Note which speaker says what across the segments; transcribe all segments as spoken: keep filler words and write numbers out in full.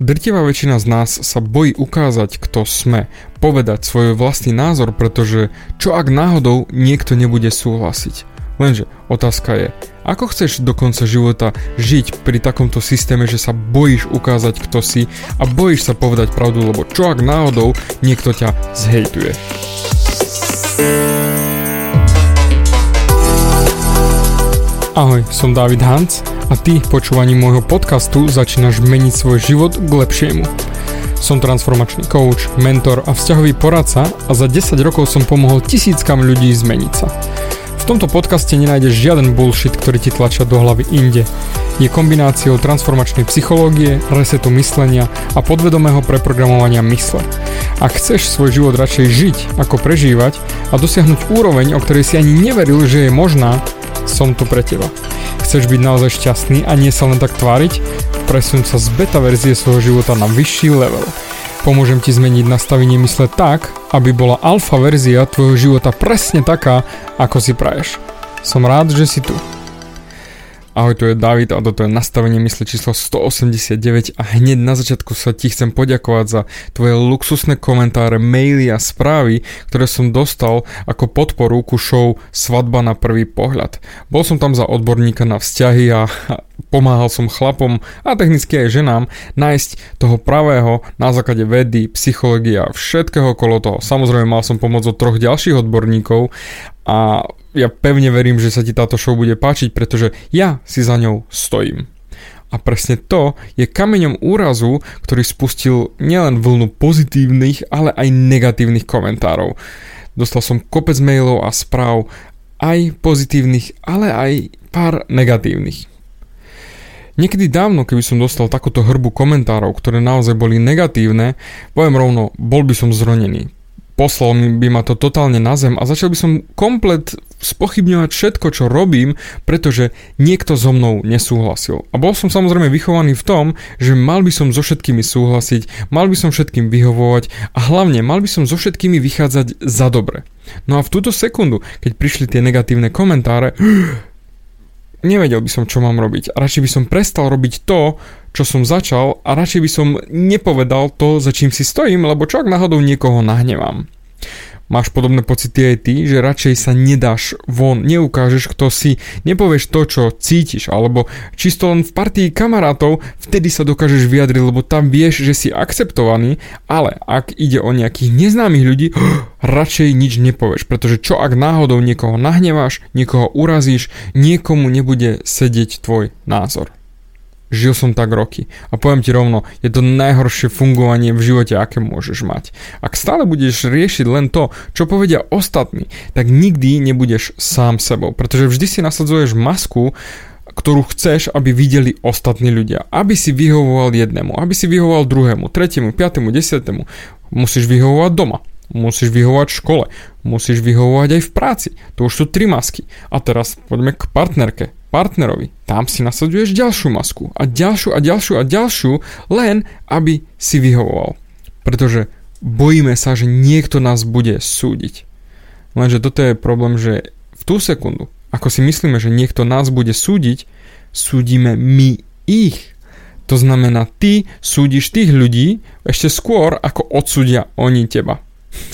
Speaker 1: Drtivá väčšina z nás sa bojí ukázať, kto sme, povedať svoj vlastný názor, pretože čo ak náhodou niekto nebude súhlasiť. Lenže otázka je, ako chceš do konca života žiť pri takomto systéme, že sa bojíš ukázať, kto si a bojíš sa povedať pravdu, lebo čo ak náhodou niekto ťa zhejtuje. Ahoj, som David Hanc a ty počúvaním môjho podcastu začínaš meniť svoj život k lepšiemu. Som transformačný coach, mentor a vzťahový poradca a za desať rokov som pomohol tisíckam ľudí zmeniť sa. V tomto podcaste nenájdeš žiaden bullshit, ktorý ti tlačia do hlavy inde. Je kombináciou transformačnej psychológie, resetu myslenia a podvedomého preprogramovania mysle. Ak chceš svoj život radšej žiť, ako prežívať a dosiahnuť úroveň, o ktorej si ani neveril, že je možná, som tu pre teba. Chceš byť naozaj šťastný a nie sa len tak tváriť? Presuň sa z beta verzie svojho života na vyšší level. Pomôžem ti zmeniť nastavenie mysle tak, aby bola alfa verzia tvojho života presne taká, ako si praješ. Som rád, že si tu. Ahoj, tu je David a toto je nastavenie mysle číslo stoosemdesiatdeväť a hneď na začiatku sa ti chcem poďakovať za tvoje luxusné komentáre, maily a správy, ktoré som dostal ako podporu ku show Svadba na prvý pohľad. Bol som tam za odborníka na vzťahy a pomáhal som chlapom a technicky aj ženám nájsť toho pravého na základe vedy, psychológie a všetkého okolo toho. Samozrejme mal som pomoc od troch ďalších odborníkov a ja pevne verím, že sa ti táto show bude páčiť, pretože ja si za ňou stojím. A presne to je kameňom úrazu, ktorý spustil nielen vlnu pozitívnych, ale aj negatívnych komentárov. Dostal som kopec mailov a správ, aj pozitívnych, ale aj pár negatívnych. Niekedy dávno, keby som dostal takúto hrbu komentárov, ktoré naozaj boli negatívne, poviem rovno, bol by som zronený. Poslal by ma to totálne na zem a začal by som komplet spochybňovať všetko, čo robím, pretože niekto so mnou nesúhlasil. A bol som samozrejme vychovaný v tom, že mal by som so všetkými súhlasiť, mal by som všetkým vyhovovať a hlavne mal by som so všetkými vychádzať za dobre. No a v túto sekundu, keď prišli tie negatívne komentáre, nevedel by som, čo mám robiť. A radšej by som prestal robiť to, čo som začal a radšej by som nepovedal to, za čím si stojím, lebo čo ak náhodou niekoho nahnevám. Máš podobné pocity aj ty, že radšej sa nedáš von, neukážeš, kto si, nepovieš to, čo cítiš, alebo čisto len v partii kamarátov, vtedy sa dokážeš vyjadriť, lebo tam vieš, že si akceptovaný, ale ak ide o nejakých neznámych ľudí, radšej nič nepovieš, pretože čo ak náhodou niekoho nahneváš, niekoho urazíš, niekomu nebude sedieť tvoj názor. Žil som tak roky a poviem ti rovno, je to najhoršie fungovanie v živote, aké môžeš mať. Ak stále budeš riešiť len to, čo povedia ostatní, tak nikdy nebudeš sám sebou, pretože vždy si nasadzuješ masku, ktorú chceš, aby videli ostatní ľudia. Aby si vyhovoval jednému, aby si vyhovoval druhému, tretiemu, piatému, desiatému. Musíš vyhovovať doma. Musíš vyhovovať v škole, musíš vyhovovať aj v práci. To už sú tri masky. A teraz poďme k partnerke, partnerovi. Tam si nasadzuješ ďalšiu masku a ďalšiu a ďalšiu a ďalšiu, len aby si vyhovoval. Pretože bojíme sa, že niekto nás bude súdiť. Lenže toto je problém, že v tú sekundu, ako si myslíme, že niekto nás bude súdiť, súdime my ich. To znamená, ty súdiš tých ľudí ešte skôr, ako odsúdia oni teba.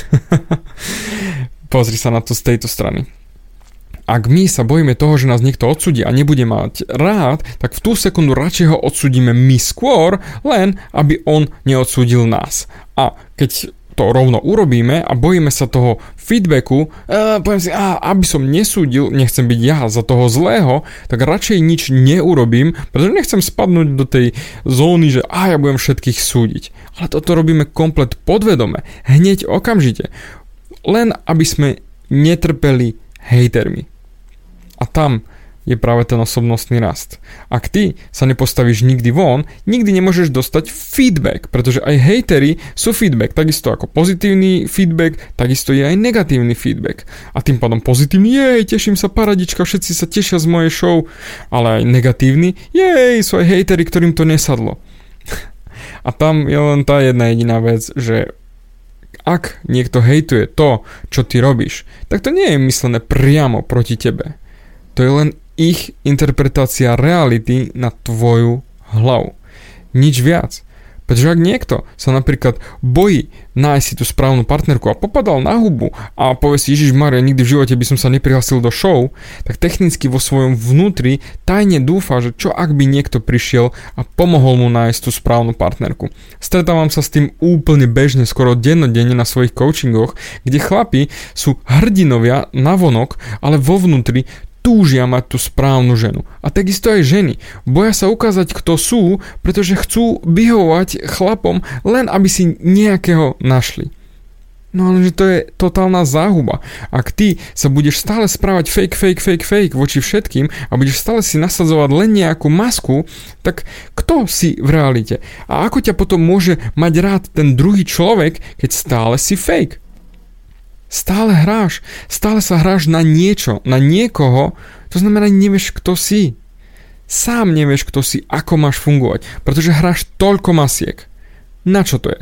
Speaker 1: Pozri sa na to z tejto strany. Ak my sa bojíme toho, že nás niekto odsúdi a nebude mať rád, tak v tú sekundu radšej ho odsúdime my skôr, len aby on neodsúdil nás. A keď to rovno urobíme a bojíme sa toho feedbacku, uh, poviem si, ah, aby som nesúdil, nechcem byť ja za toho zlého, tak radšej nič neurobím, pretože nechcem spadnúť do tej zóny, že ah, ja budem všetkých súdiť. Ale toto robíme komplet podvedome, hneď okamžite. Len aby sme netrpeli hejtermi. A tam je práve ten osobnostný rast. Ak ty sa nepostavíš nikdy von, nikdy nemôžeš dostať feedback, pretože aj hejteri sú feedback, takisto ako pozitívny feedback, takisto je aj negatívny feedback. A tým pádom pozitívny, jej, teším sa, paradička, všetci sa tešia z mojej show, ale aj negatívny, jej, sú aj hejteri, ktorým to nesadlo. A tam je len tá jedna jediná vec, že ak niekto hejtuje to, čo ty robíš, tak to nie je myslené priamo proti tebe. To je len ich interpretácia reality na tvoju hlavu. Nič viac. Pretože ak niekto sa napríklad bojí nájsť si tú správnu partnerku a popadal na hubu a povie si, Ježišmaria, nikdy v živote by som sa neprihlásil do show, tak technicky vo svojom vnútri tajne dúfa, že čo ak by niekto prišiel a pomohol mu nájsť tú správnu partnerku. Stretávam sa s tým úplne bežne, skoro dennodenne na svojich coachingoch, kde chlapi sú hrdinovia navonok, ale vo vnútri túžia mať tú správnu ženu. A takisto aj ženy. Boja sa ukázať, kto sú, pretože chcú vyhovovať chlapom, len aby si nejakého našli. No ale že to je totálna záhuba. Ak ty sa budeš stále správať fake, fake, fake, fake voči všetkým a budeš stále si nasadzovať len nejakú masku, tak kto si v realite? A ako ťa potom môže mať rád ten druhý človek, keď stále si fake? Stále hráš, stále sa hráš na niečo, na niekoho, to znamená, nevieš, kto si. Sám nevieš, kto si, ako máš fungovať, pretože hráš toľko masiek. Na čo to je?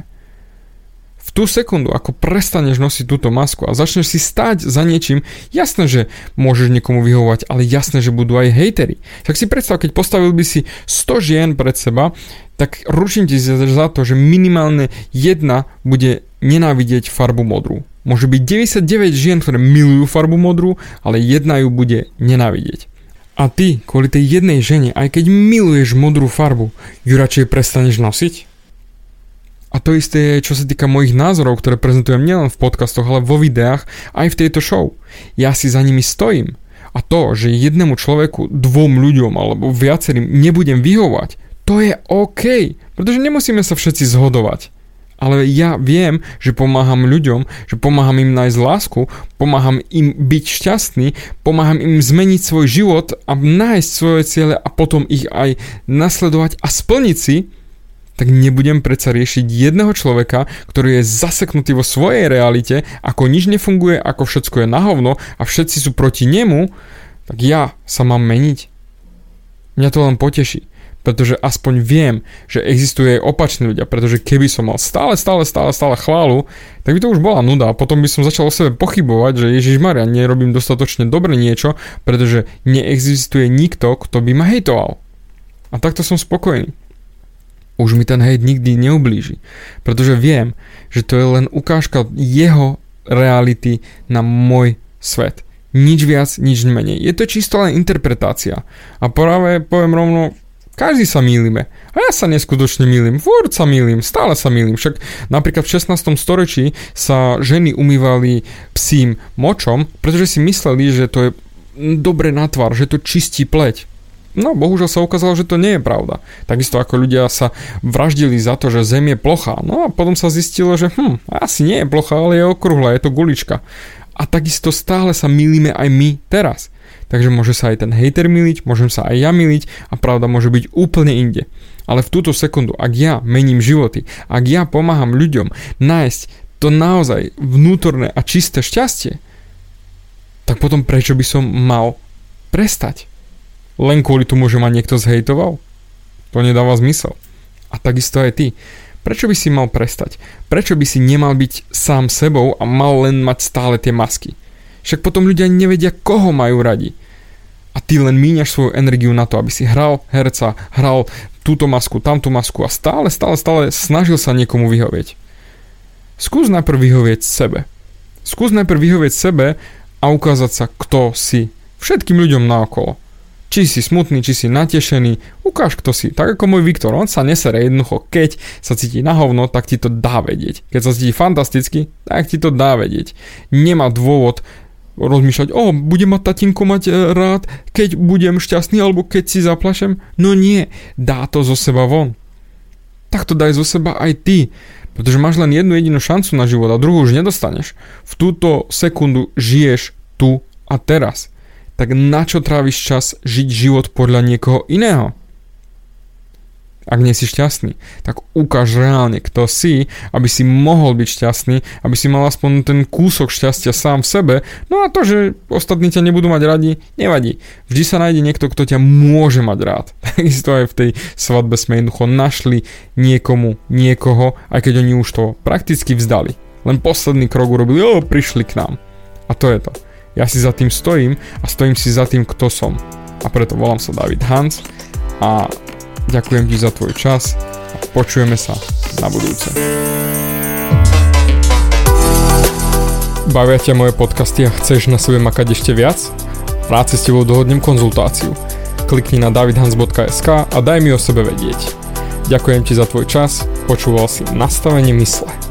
Speaker 1: V tú sekundu, ako prestaneš nosiť túto masku a začneš si stáť za niečím, jasné, že môžeš niekomu vyhovovať, ale jasné, že budú aj hejteri. Tak si predstav, keď postavil by si sto žien pred seba, tak ručím ti za to, že minimálne jedna bude nenávidieť farbu modrú. Môže byť deväťdesiatdeväť žien, ktoré milujú farbu modrú, ale jedna ju bude nenávidieť. A ty, kvôli tej jednej žene, aj keď miluješ modrú farbu, ju radšej prestaneš nosiť? A to isté je, čo sa týka mojich názorov, ktoré prezentujem nielen v podcastoch, ale vo videách, aj v tejto show. Ja si za nimi stojím. A to, že jednému človeku, dvom ľuďom alebo viacerým nebudem vyhovať, to je OK, pretože nemusíme sa všetci zhodovať. Ale ja viem, že pomáham ľuďom, že pomáham im nájsť lásku, pomáham im byť šťastný, pomáham im zmeniť svoj život a nájsť svoje ciele a potom ich aj nasledovať a splniť si, tak nebudem predsa riešiť jedného človeka, ktorý je zaseknutý vo svojej realite, ako nič nefunguje, ako všetko je na hovno a všetci sú proti nemu, tak ja sa mám meniť. Mňa to len poteší. Pretože aspoň viem, že existuje aj opačný ľudia, pretože keby som mal stále, stále, stále, stále chválu, tak by to už bola nuda a potom by som začal o sebe pochybovať, že Ježišmaria, nerobím dostatočne dobre niečo, pretože neexistuje nikto, kto by ma hejtoval. A takto som spokojný. Už mi ten hejt nikdy neublíži, pretože viem, že to je len ukážka jeho reality na môj svet. Nič viac, nič menej. Je to čisto len interpretácia. A práve poviem rovno, každý sa mýlime. A ja sa neskutočne mýlim. Furt sa mýlim, stále sa mýlim. Však napríklad v šestnástom storočí sa ženy umývali psím močom, pretože si mysleli, že to je dobre na tvar, že to čistí pleť. No, bohužiaľ sa ukázalo, že to nie je pravda. Takisto ako ľudia sa vraždili za to, že Zem je plochá. No a potom sa zistilo, že hm, asi nie je plochá, ale je okrúhla, je to gulička. A takisto stále sa mýlime aj my teraz. Takže môže sa aj ten hejter miliť, môžem sa aj ja miliť a pravda môže byť úplne inde. Ale v túto sekundu, ak ja mením životy, ak ja pomáham ľuďom nájsť to naozaj vnútorné a čisté šťastie, tak potom prečo by som mal prestať? Len kvôli tomu, že ma niekto zhejtoval? To nedáva zmysel. A takisto aj ty. Prečo by si mal prestať? Prečo by si nemal byť sám sebou a mal len mať stále tie masky? Však potom ľudia nevedia, koho majú radi. A ty len míňaš svoju energiu na to, aby si hral herca, hral túto masku, tamtú masku a stále, stále, stále snažil sa niekomu vyhovieť. Skús najprv vyhovieť sebe. Skús najprv vyhovieť sebe a ukázať sa, kto si. Všetkým ľuďom naokolo. Či si smutný, či si natešený, ukáž, kto si. Tak ako môj Viktor, on sa nesere jednoducho, keď sa cíti na hovno, tak ti to dá vedieť. Keď sa cíti fantasticky, tak ti to dá vedieť. Nemá dôvod rozmýšľať, o, budem mať tatínko mať rád, keď budem šťastný, alebo keď si zaplašem. No nie, dá to zo seba von. Tak to daj zo seba aj ty, pretože máš len jednu jedinú šancu na život a druhú už nedostaneš. V túto sekundu žiješ tu a teraz. Tak na čo tráviš čas žiť život podľa niekoho iného? Ak nie si šťastný, tak ukáž reálne, kto si, aby si mohol byť šťastný, aby si mal aspoň ten kúsok šťastia sám v sebe. No a to, že ostatní ťa nebudú mať radi, nevadí. Vždy sa nájde niekto, kto ťa môže mať rád. Takisto aj v tej svadbe sme jednoducho našli niekomu, niekoho, aj keď oni už to prakticky vzdali. Len posledný krok urobili, o, prišli k nám. A to je to. Ja si za tým stojím a stojím si za tým, kto som. A preto volám sa David Hans a ďakujem ti za tvoj čas a Počujeme sa na budúce. Bavia ťa moje podcasty a chceš na sebe makať ešte viac? Rád si s tebou dohodnem konzultáciu. Klikni na davidhans bodka es ká a daj mi o sebe vedieť. Ďakujem ti za tvoj čas, počúval si Nastavenie mysle.